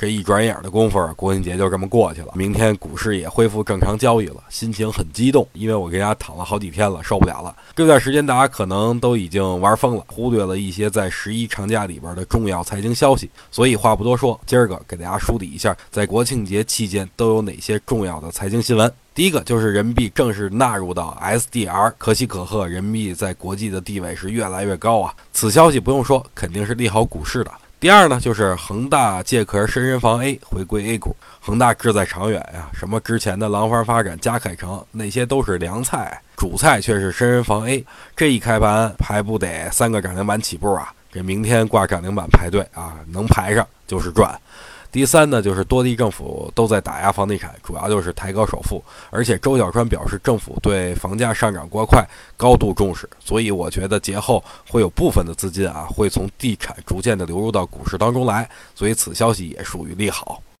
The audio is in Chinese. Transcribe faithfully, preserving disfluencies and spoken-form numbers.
这一转眼的功夫，国庆节就这么过去了，明天股市也恢复正常交易了，心情很激动，因为我给大家躺了好几天了，受不了了。这段时间大家可能都已经玩疯了，忽略了一些在十一长假里边的重要财经消息，所以话不多说，今儿个给大家梳理一下，在国庆节期间都有哪些重要的财经新闻。第一个就是人民币正式纳入到 S D R， 可喜可贺，人民币在国际的地位是越来越高啊，此消息不用说，肯定是利好股市的。第二呢，就是恒大借壳深人房 A 回归 A 股，恒大志在长远呀，什么之前的廊坊发展、嘉凯城那些都是凉菜，主菜却是深人房 A， 这一开盘还不得三个涨停板起步啊，这明天挂涨停板排队啊，能排上就是赚。第三呢，就是多地政府都在打压房地产，主要就是抬高首付，而且周小川表示政府对房价上涨过快高度重视，所以我觉得节后会有部分的资金啊会从地产逐渐的流入到股市当中来，所以此消息也属于利好。